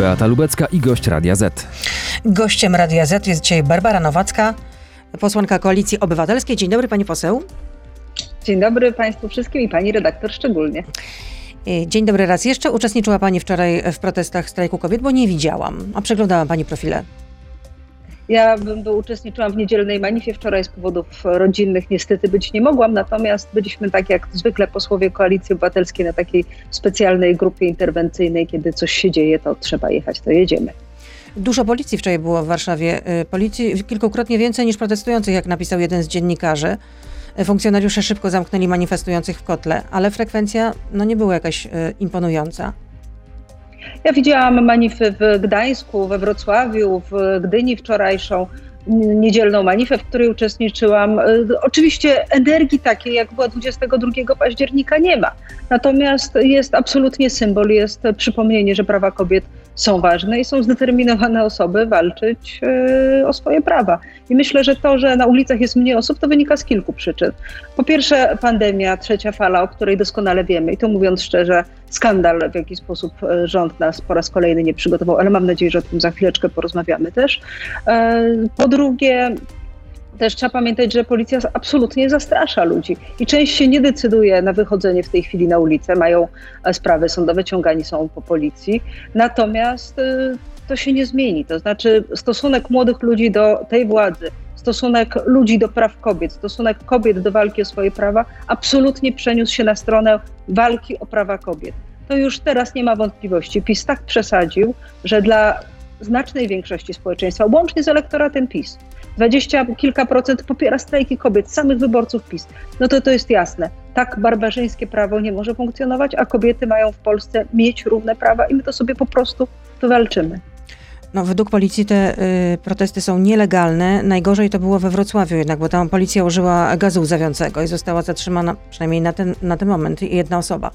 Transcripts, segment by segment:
Beata Lubecka i gość Radia Z. Gościem Radia Z jest dzisiaj Barbara Nowacka, posłanka Koalicji Obywatelskiej. Dzień dobry, pani poseł. Dzień dobry Państwu wszystkim i pani redaktor szczególnie. Dzień dobry raz jeszcze. Uczestniczyła pani wczoraj w protestach strajku kobiet, bo nie widziałam, a przeglądałam pani profile. Ja uczestniczyłam w niedzielnej manifie wczoraj z powodów rodzinnych, niestety być nie mogłam, natomiast byliśmy tak jak zwykle posłowie Koalicji Obywatelskiej na takiej specjalnej grupie interwencyjnej, kiedy coś się dzieje, to trzeba jechać, to jedziemy. Dużo policji wczoraj było w Warszawie. Policji kilkukrotnie więcej niż protestujących, jak napisał jeden z dziennikarzy. Funkcjonariusze szybko zamknęli manifestujących w kotle, ale frekwencja nie była jakaś imponująca. Ja widziałam manify w Gdańsku, we Wrocławiu, w Gdyni wczorajszą, niedzielną manifę, w której uczestniczyłam. Oczywiście energii takiej, jak była 22 października nie ma. Natomiast jest absolutnie symbol, jest przypomnienie, że prawa kobiet są ważne i są zdeterminowane osoby walczyć o swoje prawa. I myślę, że to, że na ulicach jest mniej osób, to wynika z kilku przyczyn. Po pierwsze pandemia, trzecia fala, o której doskonale wiemy i to mówiąc szczerze, skandal, w jaki sposób rząd nas po raz kolejny nie przygotował, ale mam nadzieję, że o tym za chwileczkę porozmawiamy też. Po drugie, też trzeba pamiętać, że policja absolutnie zastrasza ludzi i część się nie decyduje na wychodzenie w tej chwili na ulicę, mają sprawy sądowe, ciągani są po policji, natomiast to się nie zmieni, to znaczy stosunek młodych ludzi do tej władzy, stosunek ludzi do praw kobiet, stosunek kobiet do walki o swoje prawa absolutnie przeniósł się na stronę walki o prawa kobiet. To już teraz nie ma wątpliwości. PiS tak przesadził, że dla znacznej większości społeczeństwa, łącznie z elektoratem PiS, 20 kilka procent popiera strajki kobiet, samych wyborców PiS. No to jest jasne. Tak barbarzyńskie prawo nie może funkcjonować, a kobiety mają w Polsce mieć równe prawa i my to sobie po prostu wywalczymy. Według policji te protesty są nielegalne. Najgorzej to było we Wrocławiu jednak, bo tam policja użyła gazu łzawiącego i została zatrzymana, przynajmniej na ten moment, jedna osoba.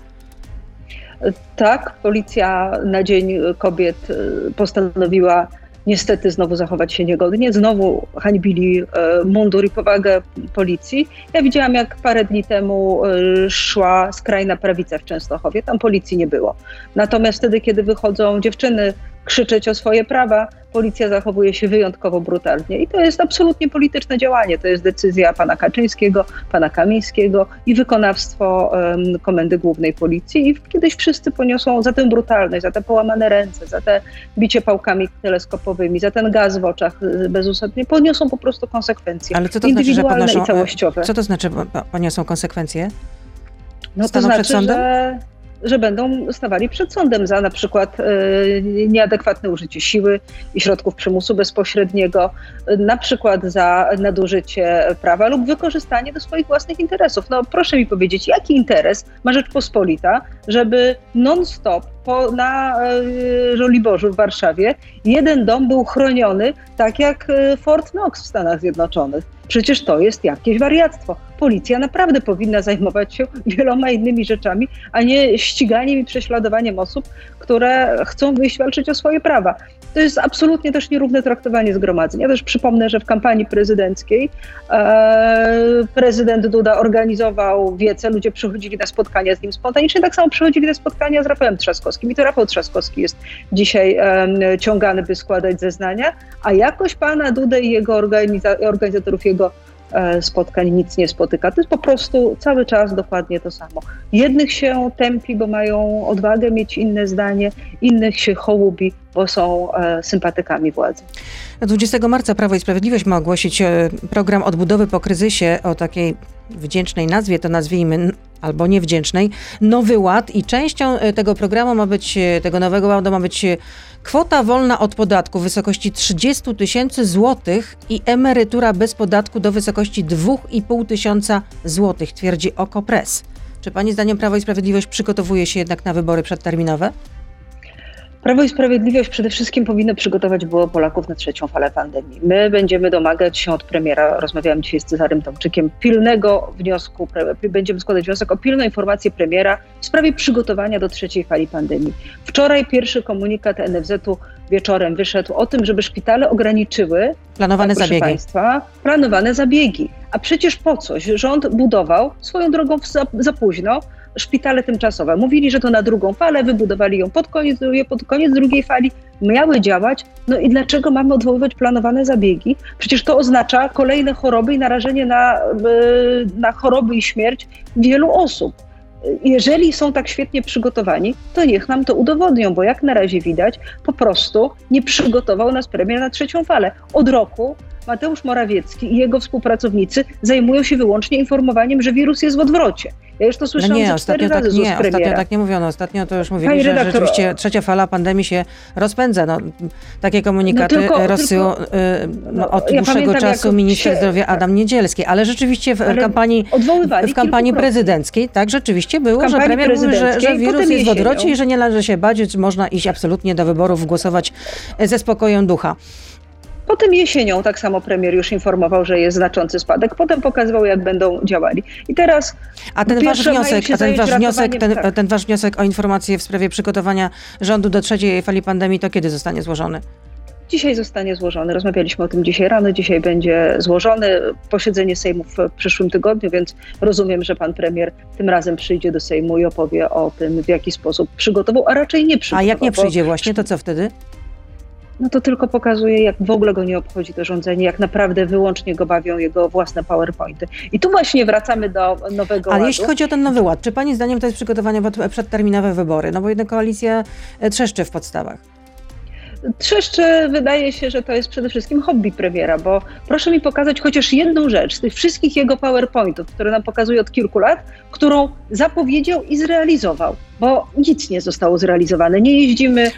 Tak, policja na Dzień Kobiet postanowiła niestety znowu zachować się niegodnie, znowu hańbili mundur i powagę policji. Ja widziałam, jak parę dni temu szła skrajna prawica w Częstochowie, tam policji nie było. Natomiast wtedy, kiedy wychodzą dziewczyny krzyczeć o swoje prawa, policja zachowuje się wyjątkowo brutalnie. I to jest absolutnie polityczne działanie. To jest decyzja pana Kaczyńskiego, pana Kamińskiego i wykonawstwo Komendy Głównej Policji. I kiedyś wszyscy poniosą za tę brutalność, za te połamane ręce, za te bicie pałkami teleskopowymi, za ten gaz w oczach bezustannie, poniosą po prostu konsekwencje. Ale co to indywidualne znaczy, że i całościowe. Co to znaczy, poniosą konsekwencje? No to znaczy, że będą stawali przed sądem za na przykład nieadekwatne użycie siły i środków przymusu bezpośredniego, na przykład za nadużycie prawa lub wykorzystanie do swoich własnych interesów. Proszę mi powiedzieć, jaki interes ma Rzeczpospolita, żeby non-stop na Żoliborzu w Warszawie jeden dom był chroniony tak jak Fort Knox w Stanach Zjednoczonych. Przecież to jest jakieś wariactwo. Policja naprawdę powinna zajmować się wieloma innymi rzeczami, a nie ściganiem i prześladowaniem osób, które chcą wyjść walczyć o swoje prawa. To jest absolutnie też nierówne traktowanie zgromadzeń. Ja też przypomnę, że w kampanii prezydenckiej prezydent Duda organizował wiece, ludzie przychodzili na spotkania z nim spontanicznie, tak samo przychodzili na spotkania z Rafałem Trzaskowskim. I to Rafał Trzaskowski jest dzisiaj ciągany, by składać zeznania, a jakoś pana Dudę i jego organizatorów jego spotkań nic nie spotyka. To jest po prostu cały czas dokładnie to samo. Jednych się tępi, bo mają odwagę mieć inne zdanie, innych się hołubi, bo są sympatykami władzy. 20 marca Prawo i Sprawiedliwość ma ogłosić program odbudowy po kryzysie o takiej wdzięcznej nazwie, to nazwijmy, albo niewdzięcznej, Nowy Ład i częścią tego programu ma być, tego Nowego Ładu ma być kwota wolna od podatku w wysokości 30 000 złotych i emerytura bez podatku do wysokości 2,5 tysiąca złotych, twierdzi OKO.press. Czy pani zdaniem Prawo i Sprawiedliwość przygotowuje się jednak na wybory przedterminowe? Prawo i Sprawiedliwość przede wszystkim powinno przygotować było Polaków na trzecią falę pandemii. My będziemy domagać się od premiera, rozmawiałam dzisiaj z Cezarym Tomczykiem, pilnego wniosku, będziemy składać wniosek o pilną informację premiera w sprawie przygotowania do trzeciej fali pandemii. Wczoraj pierwszy komunikat NFZ-u wieczorem wyszedł o tym, żeby szpitale ograniczyły planowane zabiegi. A przecież po coś rząd budował swoją drogą za późno szpitale tymczasowe. Mówili, że to na drugą falę, wybudowali ją pod koniec drugiej fali. miały działać. No i dlaczego mamy odwoływać planowane zabiegi? Przecież to oznacza kolejne choroby i narażenie na choroby i śmierć wielu osób. Jeżeli są tak świetnie przygotowani, to niech nam to udowodnią, bo jak na razie widać, po prostu nie przygotował nas premier na trzecią falę. Od roku Mateusz Morawiecki i jego współpracownicy zajmują się wyłącznie informowaniem, że wirus jest w odwrocie. Ja już to słyszałam ze 4 razy z ust premiera. Ostatnio tak nie mówiono. Ostatnio to już mówili, że rzeczywiście trzecia fala pandemii się rozpędza. No, takie komunikaty od dłuższego czasu minister zdrowia Adam Niedzielski. Ale rzeczywiście w kampanii prezydenckiej tak rzeczywiście było, że premier mówił, że wirus jest w odwrocie i że nie należy się bać, że można iść absolutnie do wyborów, głosować ze spokojem ducha. Potem jesienią tak samo premier już informował, że jest znaczący spadek. Potem pokazywał, jak będą działali. I teraz... A ten wasz wniosek o informację w sprawie przygotowania rządu do trzeciej fali pandemii, to kiedy zostanie złożony? Dzisiaj zostanie złożony. Rozmawialiśmy o tym dzisiaj rano. Dzisiaj będzie złożony. Posiedzenie Sejmu w przyszłym tygodniu, więc rozumiem, że pan premier tym razem przyjdzie do Sejmu i opowie o tym, w jaki sposób przygotował, a raczej nie przygotował. A jak nie przyjdzie właśnie, to co wtedy? No to tylko pokazuje, jak w ogóle go nie obchodzi to rządzenie, jak naprawdę wyłącznie go bawią jego własne PowerPointy. I tu właśnie wracamy do nowego ładu. Ale jeśli chodzi o ten nowy ład, czy pani zdaniem to jest przygotowanie pod przedterminowe wybory? No bo jednak koalicja trzeszczy w podstawach. Trzeszczy, wydaje się, że to jest przede wszystkim hobby premiera, bo proszę mi pokazać chociaż jedną rzecz z tych wszystkich jego PowerPointów, które nam pokazuje od kilku lat, którą zapowiedział i zrealizował, bo nic nie zostało zrealizowane. Nie jeździmy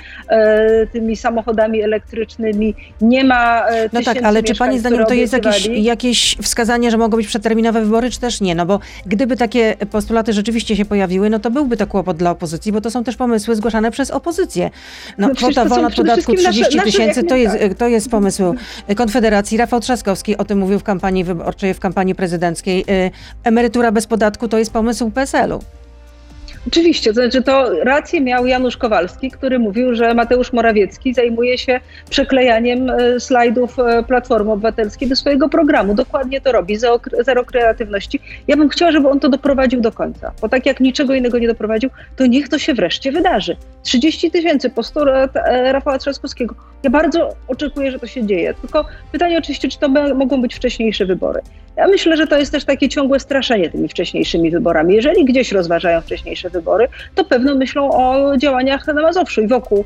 tymi samochodami elektrycznymi, nie ma No tak, ale czy pani zdaniem to jest jakieś wskazanie, że mogą być przedterminowe wybory, czy też nie? No bo gdyby takie postulaty rzeczywiście się pojawiły, no to byłby to kłopot dla opozycji, bo to są też pomysły zgłaszane przez opozycję. No kwota wolna od podatku 30 000 to jest pomysł Konfederacji. Rafał Trzaskowski o tym mówił w kampanii wyborczej, w kampanii prezydenckiej. Emerytura bez podatku to jest pomysł PSL-u. Oczywiście, to znaczy to rację miał Janusz Kowalski, który mówił, że Mateusz Morawiecki zajmuje się przeklejaniem slajdów Platformy Obywatelskiej do swojego programu. Dokładnie to robi, zero kreatywności. Ja bym chciała, żeby on to doprowadził do końca, bo tak jak niczego innego nie doprowadził, to niech to się wreszcie wydarzy. 30 000 postulat Rafała Trzaskowskiego. Ja bardzo oczekuję, że to się dzieje. Tylko pytanie oczywiście, czy to mogą być wcześniejsze wybory. Ja myślę, że to jest też takie ciągłe straszenie tymi wcześniejszymi wyborami. Jeżeli gdzieś rozważają wcześniejsze wybory, to pewno myślą o działaniach na Mazowszu i wokół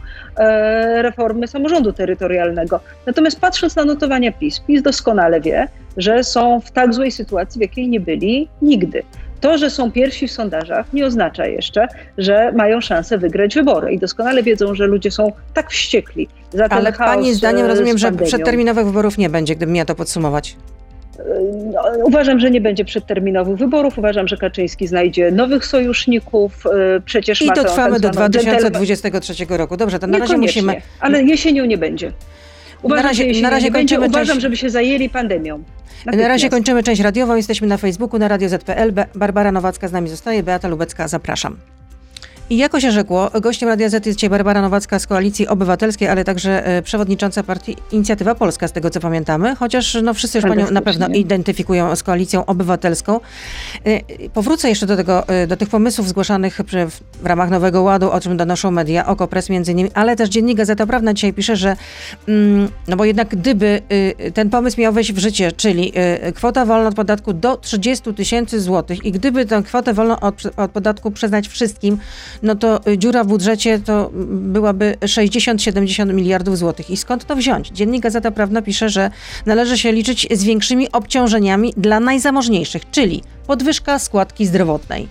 reformy samorządu terytorialnego. Natomiast patrząc na notowania PiS doskonale wie, że są w tak złej sytuacji, w jakiej nie byli nigdy. To, że są pierwsi w sondażach, nie oznacza jeszcze, że mają szansę wygrać wybory. I doskonale wiedzą, że ludzie są tak wściekli za ten chaos. Ale pani zdaniem rozumiem, że przedterminowych wyborów nie będzie, gdybym miała to podsumować. No, uważam, że nie będzie przedterminowych wyborów. Uważam, że Kaczyński znajdzie nowych sojuszników. Przecież i dotrwamy do 2023 roku. Dobrze, to na razie musimy... Ale jesienią nie będzie. Uważam, na razie kończymy. Uważam, żeby się zajęli pandemią. Na razie kończymy część radiową. Jesteśmy na Facebooku, na Radio Z.pl. Barbara Nowacka z nami zostaje. Beata Lubecka, zapraszam. I jako się rzekło, gościem Radia Z jest dzisiaj Barbara Nowacka z Koalicji Obywatelskiej, ale także przewodnicząca partii Inicjatywa Polska, z tego co pamiętamy, chociaż no, wszyscy już panią na pewno identyfikują z Koalicją Obywatelską. Powrócę jeszcze do tych pomysłów zgłaszanych w ramach Nowego Ładu, o czym donoszą media, Okopres między innymi, ale też dziennik Gazeta Prawna dzisiaj pisze, że no bo jednak gdyby ten pomysł miał wejść w życie, czyli kwota wolna od podatku do 30 000 złotych i gdyby tę kwotę wolną od podatku przyznać wszystkim, no to dziura w budżecie to byłaby 60-70 miliardów złotych. I skąd to wziąć? Dziennik Gazeta Prawna pisze, że należy się liczyć z większymi obciążeniami dla najzamożniejszych, czyli podwyżka składki zdrowotnej.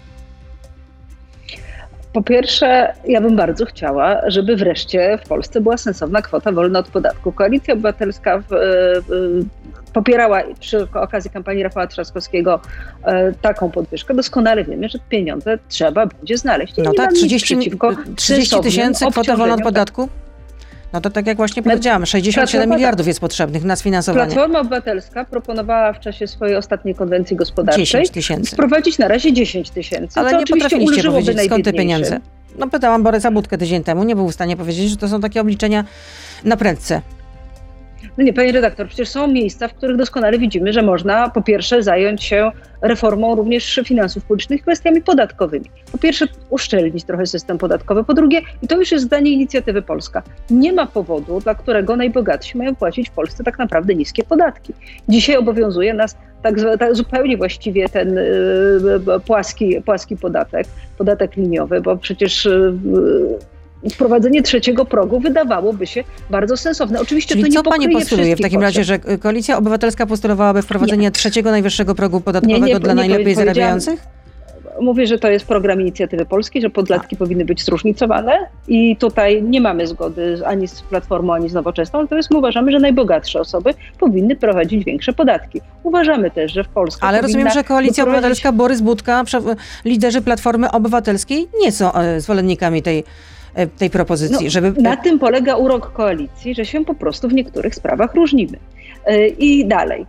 Po pierwsze, ja bym bardzo chciała, żeby wreszcie w Polsce była sensowna kwota wolna od podatku. Koalicja Obywatelska popierała przy okazji kampanii Rafała Trzaskowskiego taką podwyżkę. Doskonale wiemy, że pieniądze trzeba będzie znaleźć. No tak, 30 000 kwota wolna od podatku? No to tak jak właśnie powiedziałam, 67 miliardów jest potrzebnych na sfinansowanie. Platforma Obywatelska proponowała w czasie swojej ostatniej konwencji gospodarczej 10 000. Wprowadzić na razie 10 000. Ale nie potrafiliście powiedzieć, skąd te pieniądze. No pytałam Borysa Budkę tydzień temu, nie był w stanie powiedzieć, że to są takie obliczenia na prędce. No nie, pani redaktor, przecież są miejsca, w których doskonale widzimy, że można po pierwsze zająć się reformą również finansów publicznych, kwestiami podatkowymi. Po pierwsze uszczelnić trochę system podatkowy, po drugie, i to już jest zdanie Inicjatywy Polska, nie ma powodu, dla którego najbogatsi mają płacić w Polsce tak naprawdę niskie podatki. Dzisiaj obowiązuje nas tak zupełnie właściwie ten płaski podatek liniowy, bo przecież wprowadzenie trzeciego progu wydawałoby się bardzo sensowne. Oczywiście Czyli to nie co pani postuluje w takim potrzeb. razie, że Koalicja Obywatelska postulowałaby wprowadzenie trzeciego najwyższego progu podatkowego dla najlepiej zarabiających? Mówię, że to jest program Inicjatywy Polskiej, że podatki powinny być zróżnicowane i tutaj nie mamy zgody ani z Platformą, ani z Nowoczesną, natomiast my uważamy, że najbogatsze osoby powinny prowadzić większe podatki. Uważamy też, że w Polsce Ale rozumiem, że Koalicja Obywatelska, Borys Budka, liderzy Platformy Obywatelskiej nie są zwolennikami tej propozycji. Na tym polega urok koalicji, że się po prostu w niektórych sprawach różnimy. I dalej.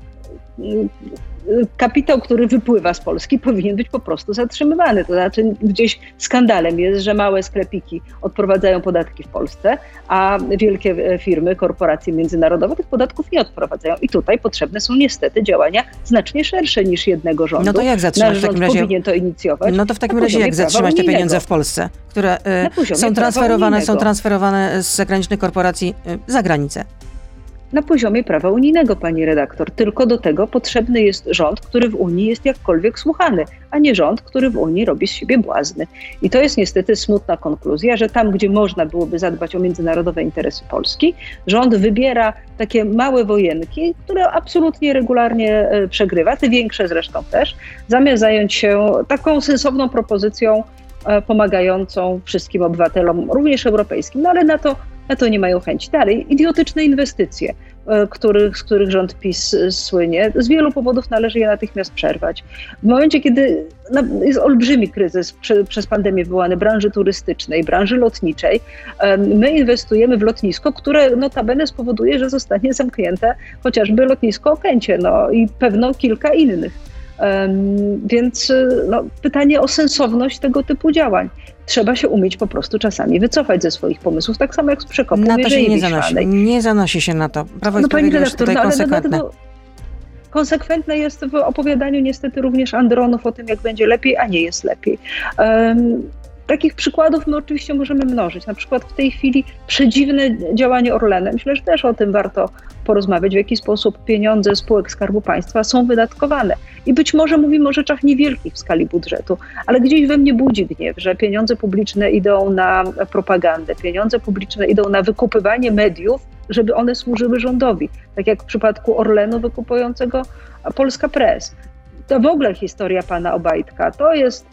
Kapitał, który wypływa z Polski, powinien być po prostu zatrzymywany. To znaczy gdzieś skandalem jest, że małe sklepiki odprowadzają podatki w Polsce, a wielkie firmy, korporacje międzynarodowe tych podatków nie odprowadzają. I tutaj potrzebne są niestety działania znacznie szersze niż jednego rządu. No to jak zatrzymać w takim razie? Powinien to inicjować. No to w takim razie jak zatrzymać te pieniądze w Polsce, które są transferowane z zagranicznych korporacji za granicę? Na poziomie prawa unijnego, pani redaktor. Tylko do tego potrzebny jest rząd, który w Unii jest jakkolwiek słuchany, a nie rząd, który w Unii robi z siebie błazny. I to jest niestety smutna konkluzja, że tam, gdzie można byłoby zadbać o międzynarodowe interesy Polski, rząd wybiera takie małe wojenki, które absolutnie regularnie przegrywa, te większe zresztą też, zamiast zająć się taką sensowną propozycją pomagającą wszystkim obywatelom, również europejskim, no ale na to nie mają chęci. Dalej, idiotyczne inwestycje, z których rząd PiS słynie. Z wielu powodów należy je natychmiast przerwać. W momencie, kiedy jest olbrzymi kryzys przez pandemię wywołany branży turystycznej, branży lotniczej, my inwestujemy w lotnisko, które notabene spowoduje, że zostanie zamknięte chociażby lotnisko Okęcie, i pewno kilka innych. Więc pytanie o sensowność tego typu działań. Trzeba się umieć po prostu czasami wycofać ze swoich pomysłów, tak samo jak z przekopu Mierzei Wiślanej. Nie zanosi się na to. Prawo i Sprawiedliwość tutaj konsekwentne. Konsekwentne jest w opowiadaniu niestety również Andronów o tym, jak będzie lepiej, a nie jest lepiej. Takich przykładów my oczywiście możemy mnożyć. Na przykład w tej chwili przedziwne działanie Orlenu. Myślę, że też o tym warto porozmawiać, w jaki sposób pieniądze spółek Skarbu Państwa są wydatkowane. I być może mówimy o rzeczach niewielkich w skali budżetu, ale gdzieś we mnie budzi gniew, że pieniądze publiczne idą na propagandę, pieniądze publiczne idą na wykupywanie mediów, żeby one służyły rządowi. Tak jak w przypadku Orlenu wykupującego Polska Press. To w ogóle historia pana Obajtka. To jest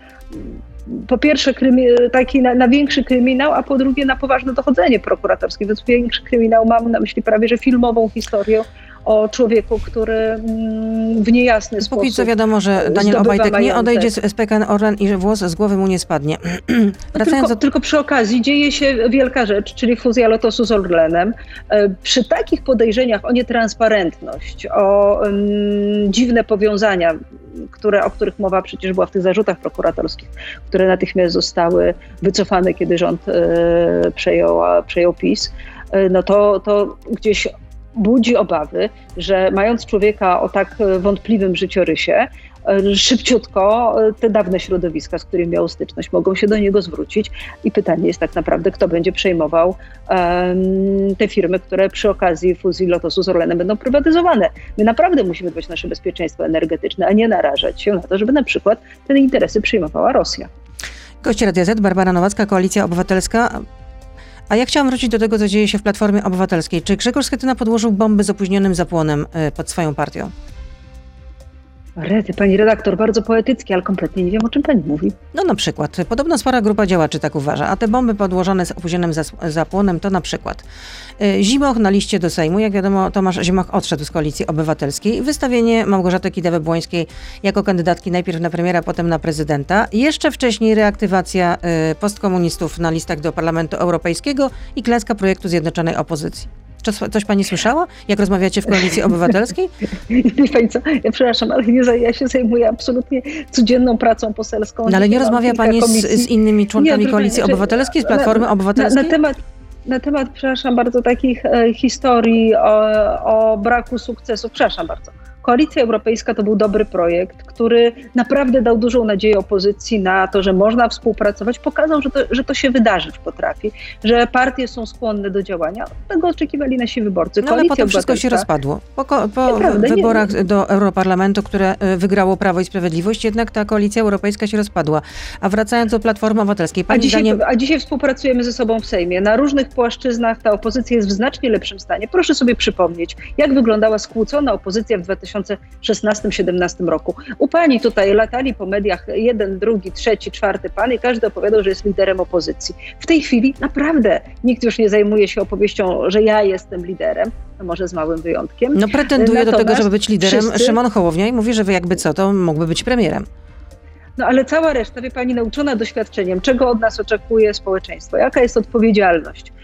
po pierwsze taki na większy kryminał, a po drugie na poważne dochodzenie prokuratorskie. Więc większy kryminał mam na myśli prawie, że filmową historię o człowieku, który w niejasny sposób Póki co wiadomo, że Daniel Obajtek nie odejdzie z PKN Orlen i że włos z głowy mu nie spadnie. Tylko przy okazji dzieje się wielka rzecz, czyli fuzja Lotosu z Orlenem. Przy takich podejrzeniach o nietransparentność, o dziwne powiązania, o których mowa przecież była w tych zarzutach prokuratorskich, które natychmiast zostały wycofane, kiedy rząd przejął PiS, to gdzieś budzi obawy, że mając człowieka o tak wątpliwym życiorysie, szybciutko te dawne środowiska, z którymi miał styczność, mogą się do niego zwrócić i pytanie jest tak naprawdę, kto będzie przejmował te firmy, które przy okazji fuzji Lotosu z Orlenem będą prywatyzowane. My naprawdę musimy dbać o nasze bezpieczeństwo energetyczne, a nie narażać się na to, żeby na przykład te interesy przyjmowała Rosja. Gość Radia Z, Barbara Nowacka, Koalicja Obywatelska. A ja chciałam wrócić do tego, co dzieje się w Platformie Obywatelskiej. Czy Grzegorz Schetyna podłożył bomby z opóźnionym zapłonem pod swoją partią? Rety, pani redaktor, bardzo poetyckie, ale kompletnie nie wiem, o czym pani mówi. No na przykład, podobno spora grupa działaczy tak uważa, a te bomby podłożone z opóźnionym zapłonem to na przykład Zimoch na liście do Sejmu. Jak wiadomo, Tomasz Zimoch odszedł z Koalicji Obywatelskiej. Wystawienie Małgorzaty Kidawy-Błońskiej jako kandydatki najpierw na premiera, potem na prezydenta. Jeszcze wcześniej reaktywacja postkomunistów na listach do Parlamentu Europejskiego i klęska projektu Zjednoczonej Opozycji. Coś pani słyszała, jak rozmawiacie w Koalicji Obywatelskiej? Pani co, ja przepraszam, ale ja się zajmuję absolutnie codzienną pracą poselską. No, ale nie rozmawia pani z innymi członkami Koalicji Obywatelskiej, z Platformy Obywatelskiej? Na temat, przepraszam bardzo, takich historii o braku sukcesu, przepraszam bardzo. Koalicja Europejska to był dobry projekt, który naprawdę dał dużą nadzieję opozycji na to, że można współpracować. Pokazał, że to się wydarzyć potrafi, że partie są skłonne do działania. Tego oczekiwali nasi wyborcy. No ale potem wszystko się rozpadło. Po wyborach do Europarlamentu, które wygrało Prawo i Sprawiedliwość, jednak ta Koalicja Europejska się rozpadła. A wracając do Platformy Obywatelskiej. A dzisiaj współpracujemy ze sobą w Sejmie. Na różnych płaszczyznach ta opozycja jest w znacznie lepszym stanie. Proszę sobie przypomnieć, jak wyglądała skłócona opozycja w 2016-2017 roku. U pani tutaj latali po mediach jeden, drugi, trzeci, czwarty pan i każdy opowiadał, że jest liderem opozycji. W tej chwili naprawdę nikt już nie zajmuje się opowieścią, że ja jestem liderem, no może z małym wyjątkiem. No pretenduje do tego, żeby być liderem Szymon Hołownia i mówi, że jakby co, to mógłby być premierem. No ale cała reszta, wie pani, nauczona doświadczeniem, czego od nas oczekuje społeczeństwo, jaka jest odpowiedzialność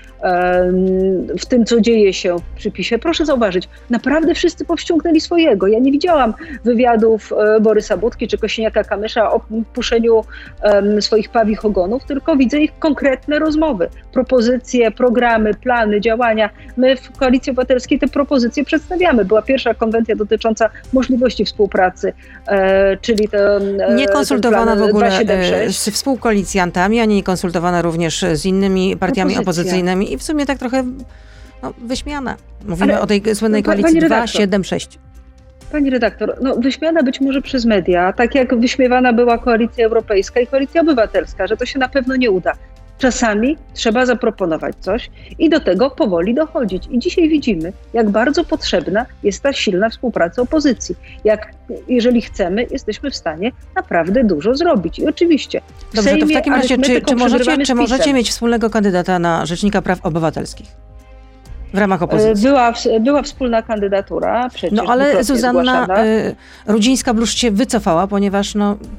w tym, co dzieje się w PiS-ie. Proszę zauważyć, naprawdę wszyscy powściągnęli swojego. Ja nie widziałam wywiadów Borysa Budki czy Kosiniaka-Kamysza o puszeniu swoich pawich ogonów, tylko widzę ich konkretne rozmowy, propozycje, programy, plany, działania. My w Koalicji Obywatelskiej te propozycje przedstawiamy. Była pierwsza konwencja dotycząca możliwości współpracy, czyli nie konsultowana w ogóle 276. z współkoalicjantami, ani nie konsultowana również z innymi partiami opozycyjnymi i w sumie tak trochę wyśmiana. Mówimy o tej słynnej koalicji 276. Pani redaktor, wyśmiana być może przez media, tak jak wyśmiewana była Koalicja Europejska i Koalicja Obywatelska, że to się na pewno nie uda. Czasami trzeba zaproponować coś i do tego powoli dochodzić. I dzisiaj widzimy, jak bardzo potrzebna jest ta silna współpraca opozycji. Jeżeli chcemy, jesteśmy w stanie naprawdę dużo zrobić. I oczywiście Dobrze, to w takim razie, czy możecie mieć wspólnego kandydata na Rzecznika Praw Obywatelskich w ramach opozycji? Była wspólna kandydatura. Przecież ale Zuzanna Rudzińska-Bluszcz się wycofała, ponieważ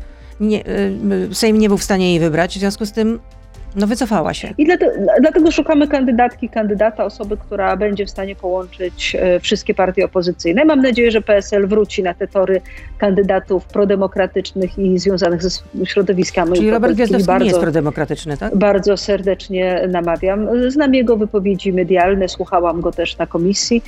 Sejm nie był w stanie jej wybrać. W związku z tym wycofała się. I dlatego szukamy kandydata, osoby, która będzie w stanie połączyć wszystkie partie opozycyjne. Mam nadzieję, że PSL wróci na te tory kandydatów prodemokratycznych i związanych ze środowiskami. Czyli Robert Gwiazdowski nie jest prodemokratyczny, tak? Bardzo serdecznie namawiam. Znam jego wypowiedzi medialne, słuchałam go też na komisji.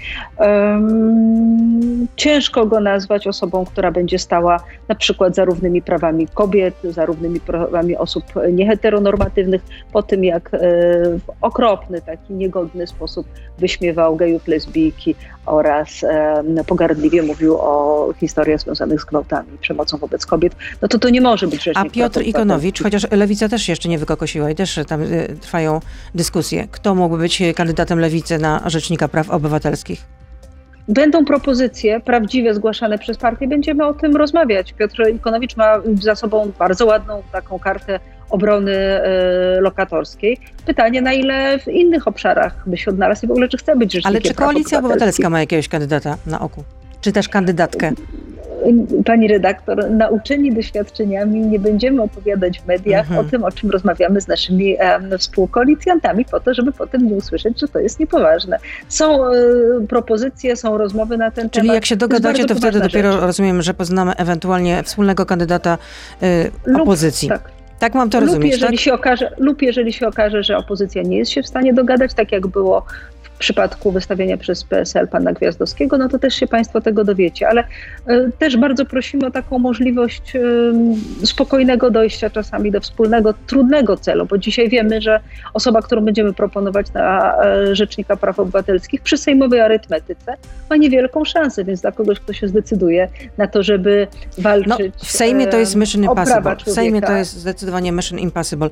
Ciężko go nazwać osobą, która będzie stała na przykład za równymi prawami kobiet, za równymi prawami osób nieheteronormatywnych, po tym jak w okropny, taki niegodny sposób wyśmiewał gejów, lesbijki oraz pogardliwie mówił o historiach związanych z gwałtami i przemocą wobec kobiet, to nie może być rzecznik. A Piotr Ikonowicz, chociaż Lewica też się jeszcze nie wykokosiła i też tam trwają dyskusje. Kto mógłby być kandydatem Lewicy na Rzecznika Praw Obywatelskich? Będą propozycje prawdziwe zgłaszane przez partię, będziemy o tym rozmawiać. Piotr Ikonowicz ma za sobą bardzo ładną taką kartę obrony lokatorskiej. Pytanie, na ile w innych obszarach by się odnalazł i w ogóle, czy chce być rzecznikiem. Ale czy Koalicja Obywatelska ma jakiegoś kandydata na oku? Czy też kandydatkę? Pani redaktor, nauczeni doświadczeniami nie będziemy opowiadać w mediach o tym, o czym rozmawiamy z naszymi współkoalicjantami, po to, żeby potem nie usłyszeć, że to jest niepoważne. Są propozycje, są rozmowy na ten temat. Czyli jak się dogadacie, to wtedy dopiero rozumiem, że poznamy ewentualnie wspólnego kandydata opozycji. Tak mam to rozumieć, lub jeżeli się okaże, że opozycja nie jest się w stanie dogadać, tak jak było w przypadku wystawienia przez PSL pana Gwiazdowskiego, to też się państwo tego dowiecie. Ale też bardzo prosimy o taką możliwość spokojnego dojścia czasami do wspólnego, trudnego celu, bo dzisiaj wiemy, że osoba, którą będziemy proponować na Rzecznika Praw Obywatelskich przy sejmowej arytmetyce ma niewielką szansę, więc dla kogoś, kto się zdecyduje na to, żeby walczyć w Sejmie to jest mission impossible. W Sejmie to jest zdecydowanie mission impossible.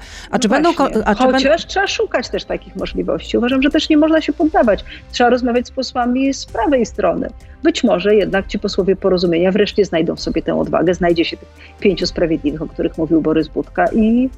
Chociaż trzeba szukać też takich możliwości. Uważam, że też nie można się poddawać. Trzeba rozmawiać z posłami z prawej strony. Być może jednak ci posłowie Porozumienia wreszcie znajdą w sobie tę odwagę, znajdzie się tych 5 sprawiedliwych, o których mówił Borys Budka i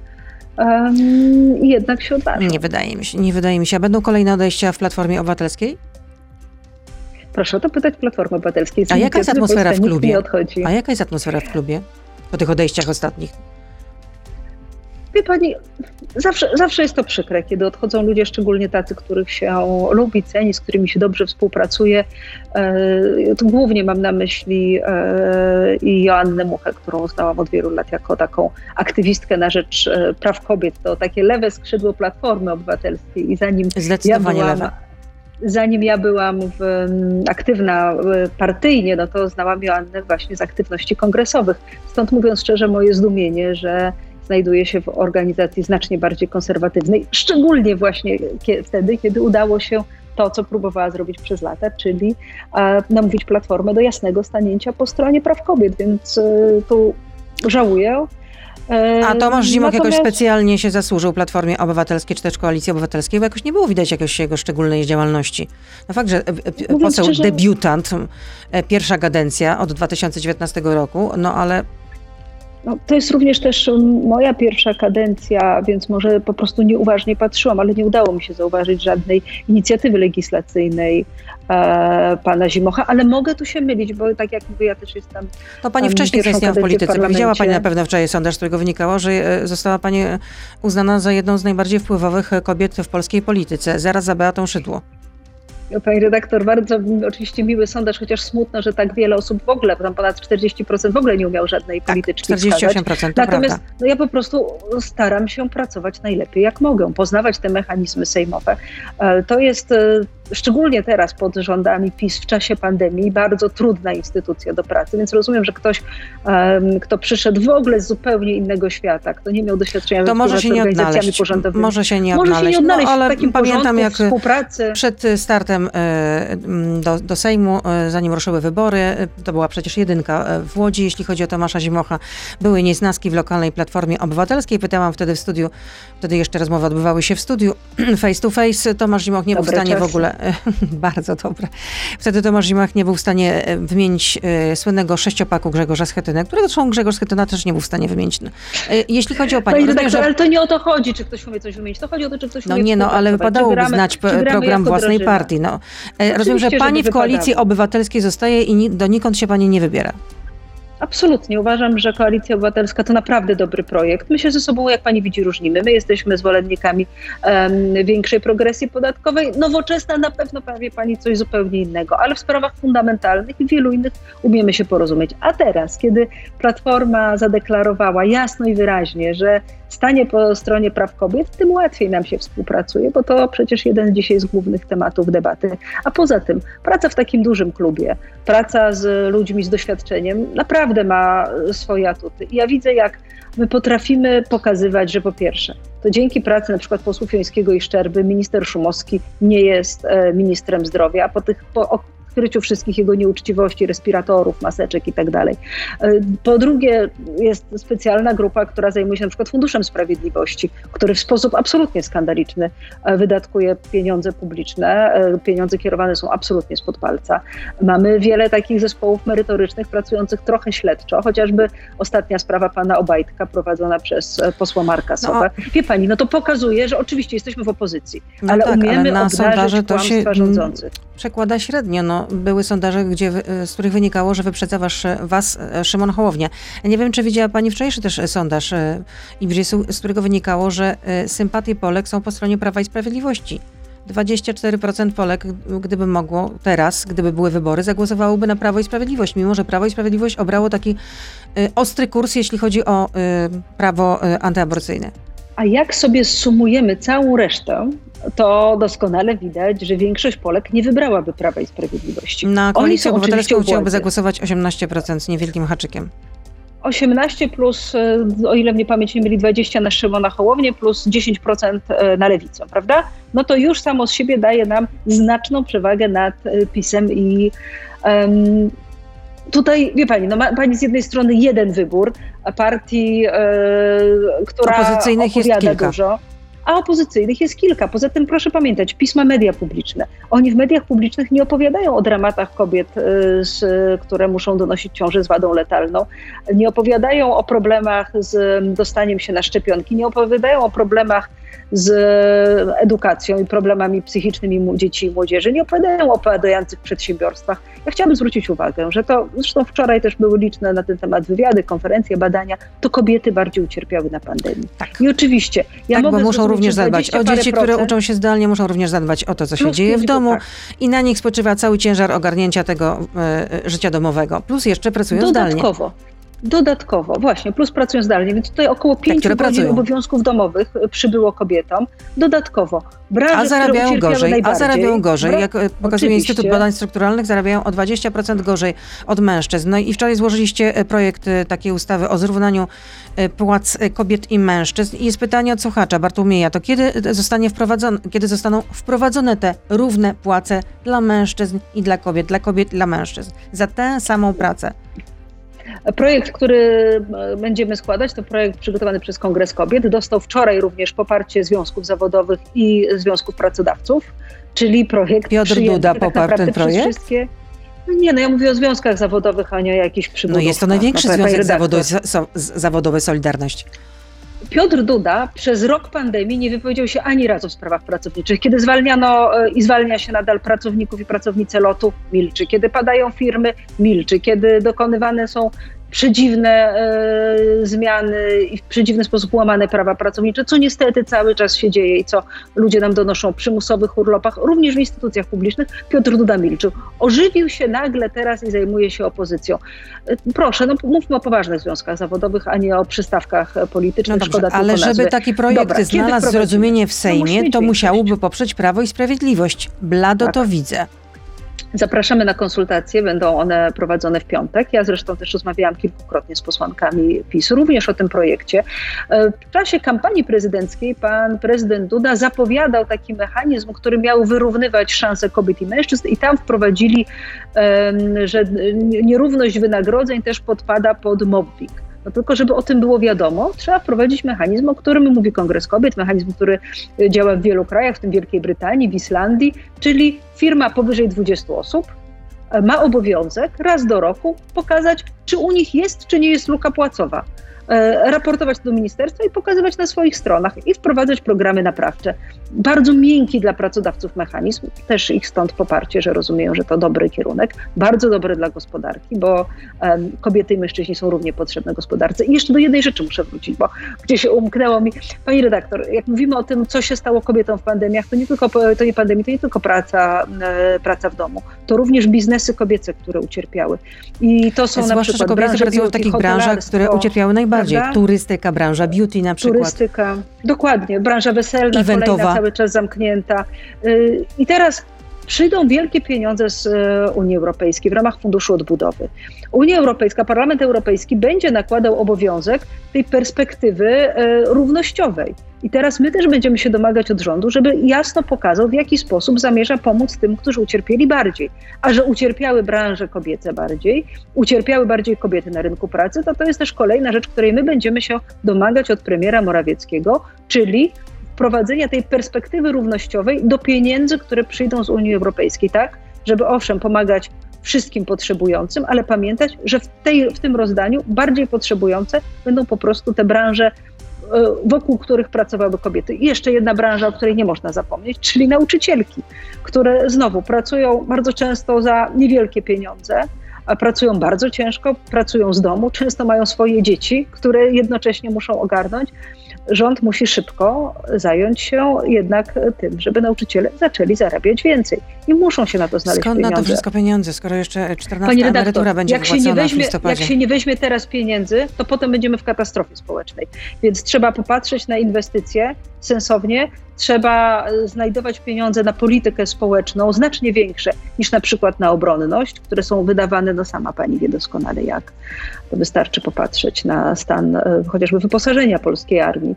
jednak się odważą. Nie wydaje mi się. A będą kolejne odejścia w Platformie Obywatelskiej? Proszę o to pytać Platformy Obywatelskiej. A jaka jest atmosfera w klubie? Po tych odejściach ostatnich? Wie pani, zawsze jest to przykre, kiedy odchodzą ludzie, szczególnie tacy, których się lubi, ceni, z którymi się dobrze współpracuje. Tu głównie mam na myśli i Joannę Muchę, którą znałam od wielu lat jako taką aktywistkę na rzecz praw kobiet. To takie lewe skrzydło Platformy Obywatelskiej. I zanim ja byłam aktywna partyjnie, no to znałam Joannę właśnie z aktywności kongresowych. Stąd mówiąc szczerze, moje zdumienie, że znajduje się w organizacji znacznie bardziej konserwatywnej, szczególnie właśnie wtedy, kiedy udało się to, co próbowała zrobić przez lata, czyli namówić Platformę do jasnego stanięcia po stronie praw kobiet, więc tu żałuję. A Tomasz Zimoch jakoś specjalnie się zasłużył Platformie Obywatelskiej czy też Koalicji Obywatelskiej, bo jakoś nie było widać jakoś jego szczególnej działalności. No fakt, że poseł debiutant, pierwsza kadencja od 2019 roku, no ale... No, to jest również też moja pierwsza kadencja, więc może po prostu nieuważnie patrzyłam, ale nie udało mi się zauważyć żadnej inicjatywy legislacyjnej pana Zimocha, ale mogę tu się mylić, bo tak jak mówię, ja też jestem... To pani wcześniej zaistniała w polityce. Widziała pani na pewno wczoraj sondaż, z którego wynikało, że została pani uznana za jedną z najbardziej wpływowych kobiet w polskiej polityce, zaraz za Beatą Szydło. Pani redaktor, bardzo oczywiście miły sondaż, chociaż smutno, że tak wiele osób w ogóle, tam ponad 40% w ogóle nie umiał żadnej polityczki 48%, to Natomiast prawda. ja po prostu staram się pracować najlepiej jak mogę, poznawać te mechanizmy sejmowe. To jest szczególnie teraz pod rządami PiS w czasie pandemii bardzo trudna instytucja do pracy, więc rozumiem, że ktoś, kto przyszedł w ogóle z zupełnie innego świata, kto nie miał doświadczenia to może się nie odnaleźć. Może się nie odnaleźć, no, ale pamiętam jak współpracy. Przed startem do Sejmu, zanim ruszyły wybory, to była przecież jedynka w Łodzi, jeśli chodzi o Tomasza Zimocha, były niesnaski w lokalnej Platformie Obywatelskiej. Pytałam wtedy w studiu, wtedy jeszcze rozmowy odbywały się w studiu, face to face. Tomasz Zimoch nie był w stanie w ogóle, bardzo dobre. Wtedy Tomasz Zimoch nie był w stanie wymienić słynnego sześciopaku Grzegorza Schetyny, którego zresztą Grzegorz Schetyna też nie był w stanie wymienić. Jeśli chodzi o panią... Ale to nie o to chodzi, czy ktoś umie coś wymienić. To chodzi o to, czy ktoś umie ale wypadałoby znać program własnej partii. No. Rozumiem, że pani w Koalicji Obywatelskiej zostaje i donikąd się pani nie wybiera. Absolutnie. Uważam, że Koalicja Obywatelska to naprawdę dobry projekt. My się ze sobą, jak pani widzi, różnimy. My jesteśmy zwolennikami większej progresji podatkowej. Nowoczesna na pewno powie pani coś zupełnie innego, ale w sprawach fundamentalnych i wielu innych umiemy się porozumieć. A teraz, kiedy Platforma zadeklarowała jasno i wyraźnie, że stanie po stronie praw kobiet, tym łatwiej nam się współpracuje, bo to przecież jeden dzisiaj z głównych tematów debaty. A poza tym praca w takim dużym klubie, praca z ludźmi z doświadczeniem naprawdę ma swoje atuty. I ja widzę, jak my potrafimy pokazywać, że po pierwsze, to dzięki pracy na przykład posłów Jońskiego i Szczerby minister Szumowski nie jest ministrem zdrowia, po odkryciu wszystkich jego nieuczciwości, respiratorów, maseczek i tak dalej. Po drugie, jest specjalna grupa, która zajmuje się na przykład Funduszem Sprawiedliwości, który w sposób absolutnie skandaliczny wydatkuje pieniądze publiczne. Pieniądze kierowane są absolutnie spod palca. Mamy wiele takich zespołów merytorycznych pracujących trochę śledczo, chociażby ostatnia sprawa pana Obajtka prowadzona przez posła Marka Sowę. Wie pani, no to pokazuje, że oczywiście jesteśmy w opozycji, ale umiemy obnażyć kłamstwa rządzących. Przekłada średnio. No, były sondaże, z których wynikało, że wyprzedza was Szymon Hołownia. Nie wiem, czy widziała pani wczorajszy też sondaż Ibrisu, z którego wynikało, że sympatie Polek są po stronie Prawa i Sprawiedliwości. 24% Polek, gdyby mogło teraz, gdyby były wybory, zagłosowałoby na Prawo i Sprawiedliwość, mimo że Prawo i Sprawiedliwość obrało taki ostry kurs, jeśli chodzi o prawo antyaborcyjne. A jak sobie sumujemy całą resztę, to doskonale widać, że większość Polek nie wybrałaby Prawa i Sprawiedliwości. Na Koalicję Obywatelską chciałoby zagłosować 18% z niewielkim haczykiem. 18 plus, o ile mnie pamięć nie myli, 20 na Szymona Hołownię plus 10% na Lewicę, prawda? No to już samo z siebie daje nam znaczną przewagę nad PiS-em i tutaj, wie pani, no ma pani z jednej strony jeden wybór partii, która opozycyjnych jest kilka. Dużo, a opozycyjnych jest kilka. Poza tym proszę pamiętać, PiS ma media publiczne. Oni w mediach publicznych nie opowiadają o dramatach kobiet, które muszą donosić ciążę z wadą letalną. Nie opowiadają o problemach z dostaniem się na szczepionki. Nie opowiadają o problemach z edukacją i problemami psychicznymi dzieci i młodzieży, nie opowiadają o opadających przedsiębiorstwach. Ja chciałabym zwrócić uwagę, że to, zresztą wczoraj też były liczne na ten temat wywiady, konferencje, badania, to kobiety bardziej ucierpiały na pandemii. Tak. I oczywiście, bo muszą również zadbać o dzieci, które uczą się zdalnie, muszą również zadbać o to, co się dzieje w domu i na nich spoczywa cały ciężar ogarnięcia tego życia domowego. Plus jeszcze pracują zdalnie. Dodatkowo, właśnie, plus pracują zdalnie, więc tutaj około 5 godzin obowiązków domowych przybyło kobietom. Dodatkowo. Branże, a zarabiają gorzej. Jak pokazuje Instytut Badań Strukturalnych, zarabiają o 20% gorzej od mężczyzn. No i wczoraj złożyliście projekt takiej ustawy o zrównaniu płac kobiet i mężczyzn. I jest pytanie od słuchacza Bartłomieja, to kiedy zostaną wprowadzone te równe płace dla mężczyzn i dla kobiet i dla mężczyzn za tę samą pracę? Projekt, który będziemy składać, to projekt przygotowany przez Kongres Kobiet. Dostał wczoraj również poparcie związków zawodowych i związków pracodawców, czyli projekt Piotr Duda poparł ten projekt? Ja mówię o związkach zawodowych, a nie o jakichś przybudówkach. No jest to największy związek zawodowy Solidarność. Piotr Duda przez rok pandemii nie wypowiedział się ani razu w sprawach pracowniczych. Kiedy zwalniano i zwalnia się nadal pracowników i pracownice LOT-u, milczy. Kiedy padają firmy, milczy. Kiedy dokonywane są przedziwne zmiany i w przedziwny sposób łamane prawa pracownicze, co niestety cały czas się dzieje i co ludzie nam donoszą o przymusowych urlopach, również w instytucjach publicznych, Piotr Duda milczył. Ożywił się nagle teraz i zajmuje się opozycją. Proszę, mówmy o poważnych związkach zawodowych, a nie o przystawkach politycznych. No dobrze, ale żeby taki projekt znalazł zrozumienie w Sejmie, to musiałoby poprzeć Prawo i Sprawiedliwość. Blado to widzę. Zapraszamy na konsultacje, będą one prowadzone w piątek. Ja zresztą też rozmawiałam kilkukrotnie z posłankami PiS, również o tym projekcie. W czasie kampanii prezydenckiej pan prezydent Duda zapowiadał taki mechanizm, który miał wyrównywać szanse kobiet i mężczyzn i tam wprowadzili, że nierówność wynagrodzeń też podpada pod mobbing. No tylko żeby o tym było wiadomo, trzeba wprowadzić mechanizm, o którym mówi Kongres Kobiet, mechanizm, który działa w wielu krajach, w tym Wielkiej Brytanii, w Islandii, czyli firma powyżej 20 osób ma obowiązek raz do roku pokazać, czy u nich jest, czy nie jest luka płacowa. Raportować do ministerstwa i pokazywać na swoich stronach i wprowadzać programy naprawcze. Bardzo miękki dla pracodawców mechanizm, też ich stąd poparcie, że rozumieją, że to dobry kierunek, bardzo dobry dla gospodarki, bo kobiety i mężczyźni są równie potrzebne gospodarce. I jeszcze do jednej rzeczy muszę wrócić, bo gdzieś się umknęło mi. Pani redaktor, jak mówimy o tym, co się stało kobietom w pandemiach, to nie tylko praca w domu, to również biznesy kobiece, które ucierpiały. I to są zwłaszcza, na przykład że kobiety pracują w takich branżach, które ucierpiały najbardziej. Prawda? Turystyka, branża beauty na przykład. Turystyka, dokładnie. Branża weselna, eventowa, kolejna cały czas zamknięta. I teraz przyjdą wielkie pieniądze z Unii Europejskiej w ramach Funduszu Odbudowy. Unia Europejska, Parlament Europejski będzie nakładał obowiązek tej perspektywy równościowej. I teraz my też będziemy się domagać od rządu, żeby jasno pokazał, w jaki sposób zamierza pomóc tym, którzy ucierpieli bardziej. A że ucierpiały branże kobiece bardziej, ucierpiały bardziej kobiety na rynku pracy, to jest też kolejna rzecz, której my będziemy się domagać od premiera Morawieckiego, czyli wprowadzenia tej perspektywy równościowej do pieniędzy, które przyjdą z Unii Europejskiej, tak, żeby owszem pomagać wszystkim potrzebującym, ale pamiętać, że w tym rozdaniu bardziej potrzebujące będą po prostu te branże, wokół których pracowały kobiety. I jeszcze jedna branża, o której nie można zapomnieć, czyli nauczycielki, które znowu pracują bardzo często za niewielkie pieniądze, a pracują bardzo ciężko, pracują z domu, często mają swoje dzieci, które jednocześnie muszą ogarnąć. Rząd musi szybko zająć się jednak tym, żeby nauczyciele zaczęli zarabiać więcej. I muszą się na to znaleźć pieniądze. Skąd na to wszystko pieniądze, skoro jeszcze 14 emerytura będzie wypłacona w listopadzie? Jak się nie weźmie teraz pieniędzy, to potem będziemy w katastrofie społecznej. Więc trzeba popatrzeć na inwestycje sensownie, trzeba znajdować pieniądze na politykę społeczną znacznie większe niż na przykład na obronność, które są wydawane, no sama pani wie doskonale jak. To wystarczy popatrzeć na stan chociażby wyposażenia polskiej armii.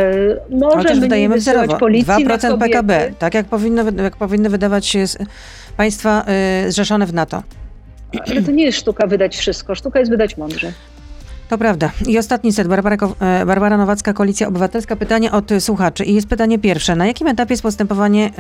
Możemy wydajemy wzorowo, 2% PKB, tak jak powinny wydawać się państwa zrzeszone w NATO. Ale to nie jest sztuka wydać wszystko, sztuka jest wydać mądrze. To prawda. I ostatni set, Barbara Nowacka, Koalicja Obywatelska. Pytanie od słuchaczy. I jest pytanie pierwsze. Na jakim etapie jest postępowanie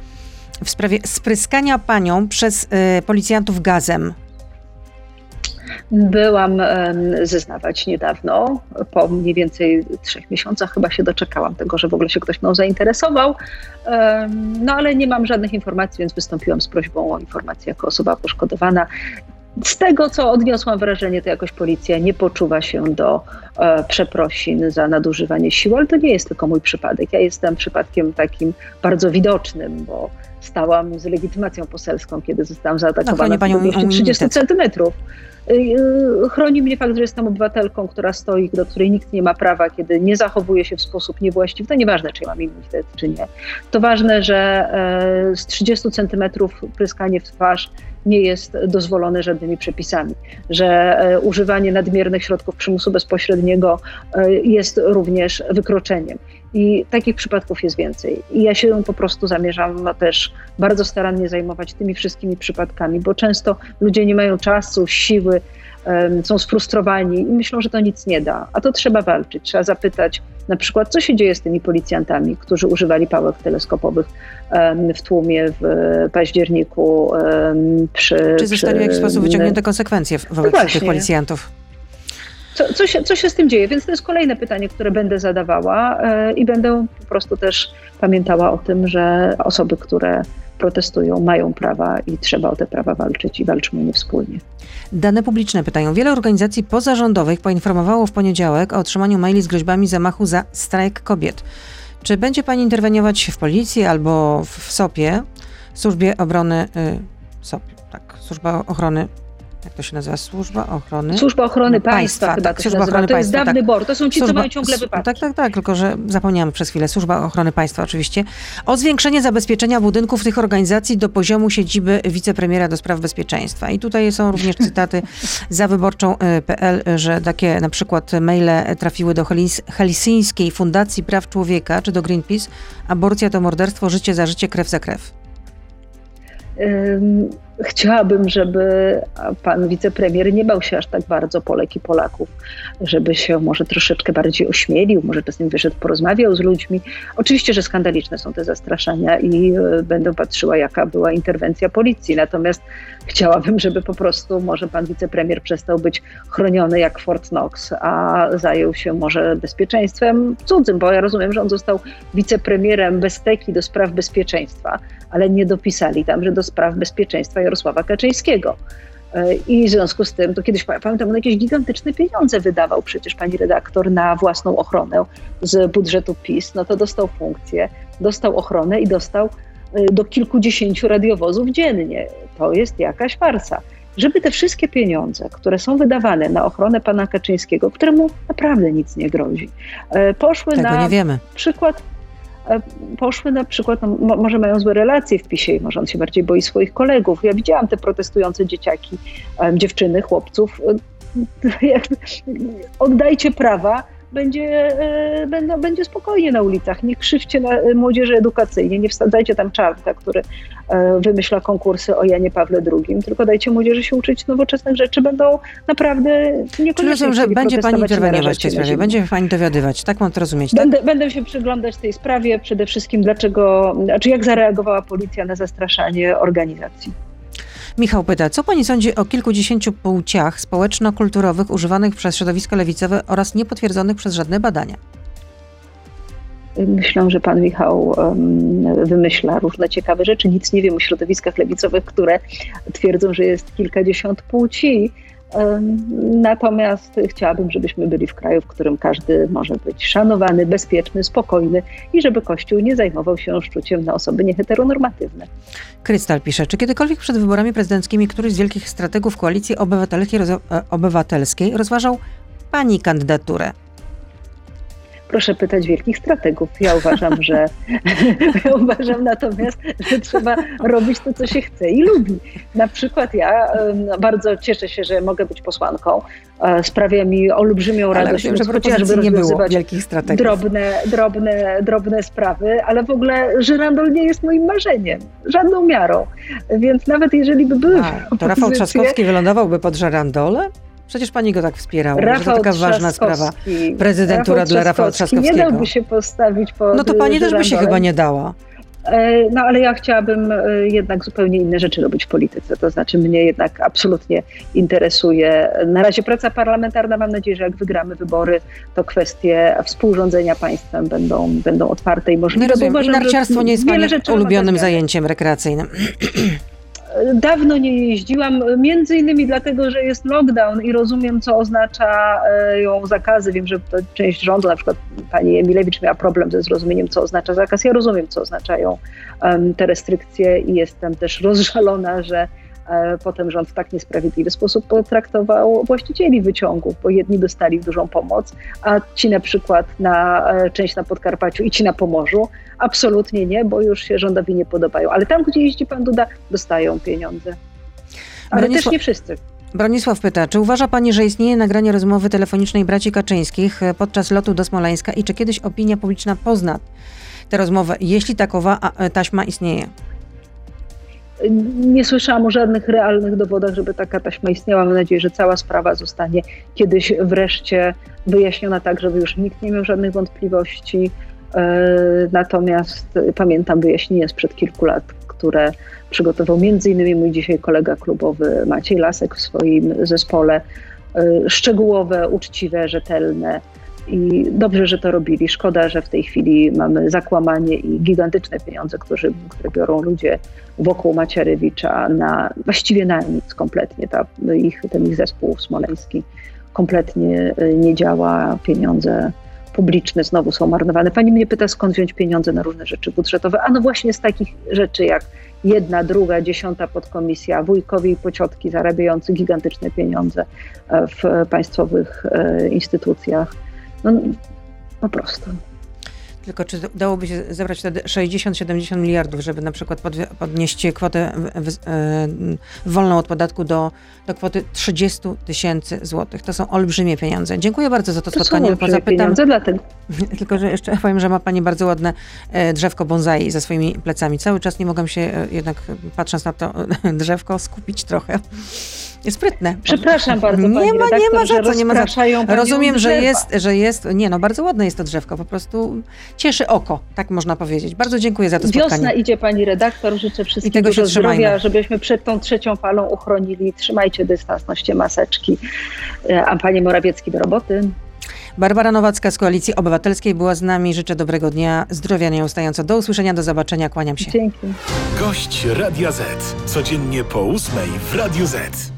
w sprawie spryskania panią przez policjantów gazem? Byłam zeznawać niedawno, po mniej więcej 3 miesiącach chyba się doczekałam tego, że w ogóle się ktoś mną zainteresował, no ale nie mam żadnych informacji, więc wystąpiłam z prośbą o informację jako osoba poszkodowana. Z tego, co odniosłam wrażenie, to jakoś policja nie poczuwa się do przeprosin za nadużywanie siły, ale to nie jest tylko mój przypadek. Ja jestem przypadkiem takim bardzo widocznym, bo stałam z legitymacją poselską, kiedy zostałam zaatakowana w odległości 30 centymetrów. Chroni mnie fakt, że jestem obywatelką, która stoi, do której nikt nie ma prawa, kiedy nie zachowuje się w sposób niewłaściwy. To nieważne, czy ja mam immunitet, czy nie. To ważne, że z 30 centymetrów pryskanie w twarz nie jest dozwolone żadnymi przepisami, że używanie nadmiernych środków przymusu bezpośredniego jest również wykroczeniem. I takich przypadków jest więcej. I ja się po prostu zamierzam też bardzo starannie zajmować tymi wszystkimi przypadkami, bo często ludzie nie mają czasu, siły, są sfrustrowani i myślą, że to nic nie da. A to trzeba walczyć. Trzeba zapytać na przykład, co się dzieje z tymi policjantami, którzy używali pałek teleskopowych w tłumie w październiku. Czy zostali w jakiś sposób wyciągnięte konsekwencje wobec tych policjantów? Co się z tym dzieje? Więc to jest kolejne pytanie, które będę zadawała i będę po prostu też pamiętała o tym, że osoby, które protestują, mają prawa i trzeba o te prawa walczyć i walczmy nie wspólnie. Dane publiczne pytają. Wiele organizacji pozarządowych poinformowało w poniedziałek o otrzymaniu maili z groźbami zamachu za strajk kobiet. Czy będzie pani interweniować w policji albo w SOP-ie, Służbie Obrony, Służba Ochrony, jak to się nazywa? Służba Ochrony Państwa chyba to się nazywa. To jest dawny BOR. To są ci, co mają ciągle wypadki. Tak, tylko że zapomniałam przez chwilę. Służba Ochrony Państwa oczywiście. O zwiększenie zabezpieczenia budynków tych organizacji do poziomu siedziby wicepremiera do spraw bezpieczeństwa. I tutaj są również cytaty za wyborczą.pl, że takie na przykład maile trafiły do Helsińskiej Fundacji Praw Człowieka czy do Greenpeace. Aborcja to morderstwo, życie za życie, krew za krew. Chciałabym, żeby pan wicepremier nie bał się aż tak bardzo Polek i Polaków, żeby się może troszeczkę bardziej ośmielił, może czasem wyszedł, porozmawiał z ludźmi. Oczywiście, że skandaliczne są te zastraszania i będę patrzyła, jaka była interwencja policji. Natomiast chciałabym, żeby po prostu może pan wicepremier przestał być chroniony jak Fort Knox, a zajął się może bezpieczeństwem cudzym, bo ja rozumiem, że on został wicepremierem bez teki do spraw bezpieczeństwa, ale nie dopisali tam, że do spraw bezpieczeństwa Jarosława Kaczyńskiego. I w związku z tym, to kiedyś pamiętam, on jakieś gigantyczne pieniądze wydawał przecież pani redaktor na własną ochronę z budżetu PiS, no to dostał funkcję, dostał ochronę i dostał do kilkudziesięciu radiowozów dziennie. To jest jakaś farsa. Żeby te wszystkie pieniądze, które są wydawane na ochronę pana Kaczyńskiego, któremu naprawdę nic nie grozi, poszły na przykład, no, może mają złe relacje w PiS-ie i może on się bardziej boi swoich kolegów. Ja widziałam te protestujące dzieciaki, dziewczyny, chłopców. Oddajcie prawa, będzie spokojnie na ulicach. Nie krzywdźcie na młodzieży edukacyjnie, nie wsadzajcie tam czarnka, który wymyśla konkursy o Janie Pawle II, tylko dajcie młodzieży się uczyć nowoczesnych rzeczy. Będą naprawdę niekoniecznie. Czyli rozumiem, że będzie pani interweniować w tej sprawie, będzie pani dowiadywać. Tak mam to rozumieć, tak? Będę się przyglądać tej sprawie, przede wszystkim jak zareagowała policja na zastraszanie organizacji. Michał pyta, co pani sądzi o kilkudziesięciu płciach społeczno-kulturowych używanych przez środowiska lewicowe oraz niepotwierdzonych przez żadne badania? Myślę, że pan Michał wymyśla różne ciekawe rzeczy. Nic nie wiem o środowiskach lewicowych, które twierdzą, że jest kilkadziesiąt płci. Natomiast chciałabym, żebyśmy byli w kraju, w którym każdy może być szanowany, bezpieczny, spokojny i żeby Kościół nie zajmował się szczuciem na osoby nieheteronormatywne. Krystal pisze, czy kiedykolwiek przed wyborami prezydenckimi któryś z wielkich strategów Koalicji Obywatelskiej rozważał pani kandydaturę? Proszę pytać wielkich strategów. Ja uważam natomiast, że trzeba robić to, co się chce i lubi. Na przykład ja bardzo cieszę się, że mogę być posłanką. Sprawia mi olbrzymią radość, że chociażby nie było wielkich strategów. Drobne sprawy, ale w ogóle żyrandol nie jest moim marzeniem. Żadną miarą. Więc nawet jeżeli by były to Rafał Trzaskowski wylądowałby pod żyrandole? Przecież pani go tak wspierała, że to taka ważna sprawa. Prezydentura dla Rafała Trzaskowskiego. Nie dałby się postawić pod No to pani też by się chyba nie dała. No ale ja chciałabym jednak zupełnie inne rzeczy robić w polityce. To znaczy mnie jednak absolutnie interesuje na razie praca parlamentarna. Mam nadzieję, że jak wygramy wybory, to kwestie współrządzenia państwem będą otwarte i możliwe. Nie rozumiem. I narciarstwo nie jest pani ulubionym zajęciem rekreacyjnym. Dawno nie jeździłam, między innymi dlatego, że jest lockdown i rozumiem, co oznaczają zakazy. Wiem, że część rządu, na przykład pani Emilewicz miała problem ze zrozumieniem, co oznacza zakaz. Ja rozumiem, co oznaczają te restrykcje i jestem też rozżalona, że potem rząd w tak niesprawiedliwy sposób potraktował właścicieli wyciągów, bo jedni dostali dużą pomoc, a ci na przykład część na Podkarpaciu i ci na Pomorzu absolutnie nie, bo już się rządowi nie podobają. Ale tam, gdzie jeździ pan Duda, dostają pieniądze. Ale też nie wszyscy. Bronisław pyta, czy uważa pani, że istnieje nagranie rozmowy telefonicznej braci Kaczyńskich podczas lotu do Smoleńska i czy kiedyś opinia publiczna pozna tę rozmowę, jeśli takowa taśma istnieje? Nie słyszałam o żadnych realnych dowodach, żeby taka taśma istniała. Mam nadzieję, że cała sprawa zostanie kiedyś wreszcie wyjaśniona tak, żeby już nikt nie miał żadnych wątpliwości. Natomiast pamiętam wyjaśnienie sprzed kilku lat, które przygotował m.in. mój dzisiaj kolega klubowy Maciej Lasek w swoim zespole. Szczegółowe, uczciwe, rzetelne. I dobrze, że to robili. Szkoda, że w tej chwili mamy zakłamanie i gigantyczne pieniądze, które biorą ludzie wokół Macierewicza właściwie na nic kompletnie. Ten ich zespół smoleński kompletnie nie działa. Pieniądze publiczne znowu są marnowane. Pani mnie pyta, skąd wziąć pieniądze na różne rzeczy budżetowe. A no właśnie z takich rzeczy jak 1., 2., 10. podkomisja, wujkowie i pociotki zarabiający gigantyczne pieniądze w państwowych instytucjach. No po prostu. Tylko czy dałoby się zebrać wtedy 60-70 miliardów, żeby na przykład podnieść kwotę wolną od podatku do kwoty 30 000 złotych. To są olbrzymie pieniądze. Dziękuję bardzo za to spotkanie. Pieniądze, dlatego. Tylko, że jeszcze powiem, że ma pani bardzo ładne drzewko bonsai za swoimi plecami. Cały czas nie mogłam się jednak, patrząc na to drzewko, skupić trochę. Jest sprytne. Przepraszam bardzo, pani redaktor, nie ma za co. Rozumiem, że jest, bardzo ładne jest to drzewko, po prostu cieszy oko, tak można powiedzieć. Bardzo dziękuję za to spotkanie. Wiosna idzie, pani redaktor, życzę wszystkim dużo zdrowia, żebyśmy przed tą trzecią falą uchronili. Trzymajcie dystans, noście maseczki, a panie Morawiecki do roboty. Barbara Nowacka z Koalicji Obywatelskiej była z nami. Życzę dobrego dnia, zdrowia nieustająco. Do usłyszenia, do zobaczenia, kłaniam się. Dzięki. Gość Radia Z. Codziennie po 8:00 w Radiu Z.